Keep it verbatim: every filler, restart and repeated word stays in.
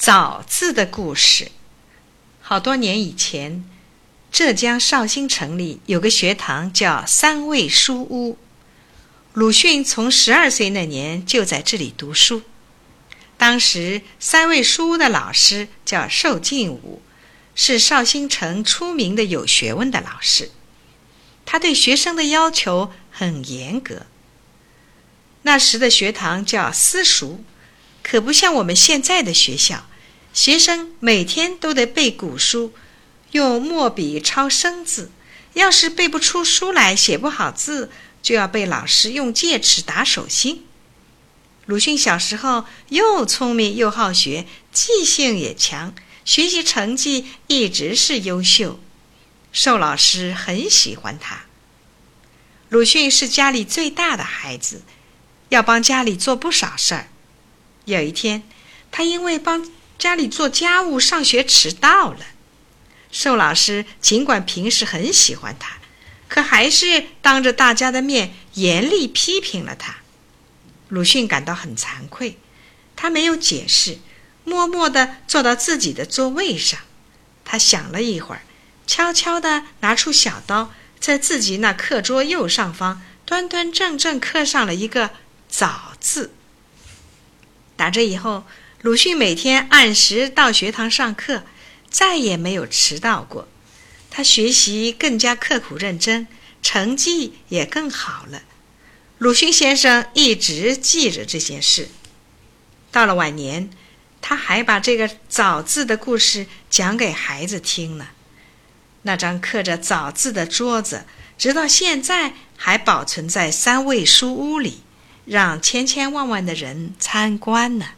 枣字的故事。好多年以前，浙江绍兴城里有个学堂叫三味书屋。鲁迅从十二岁那年就在这里读书。当时三味书屋的老师叫寿进武，是绍兴城出名的有学问的老师。他对学生的要求很严格。那时的学堂叫私塾，可不像我们现在的学校，学生每天都得背古书，用墨笔抄生字，要是背不出书来，写不好字，就要被老师用戒尺打手心。鲁迅小时候又聪明又好学，记性也强，学习成绩一直是优秀。寿老师很喜欢他。鲁迅是家里最大的孩子，要帮家里做不少事儿。有一天，他因为帮家里做家务上学迟到了。寿老师尽管平时很喜欢他，可还是当着大家的面严厉批评了他。鲁迅感到很惭愧，他没有解释，默默地坐到自己的座位上。他想了一会儿，悄悄地拿出小刀，在自己那课桌右上方端端正正刻上了一个枣字。打这以后，鲁迅每天按时到学堂上课，再也没有迟到过。他学习更加刻苦认真，成绩也更好了。鲁迅先生一直记着这件事。到了晚年，他还把这个枣字的故事讲给孩子听呢。那张刻着枣字的桌子，直到现在还保存在三味书屋里，让千千万万的人参观呢。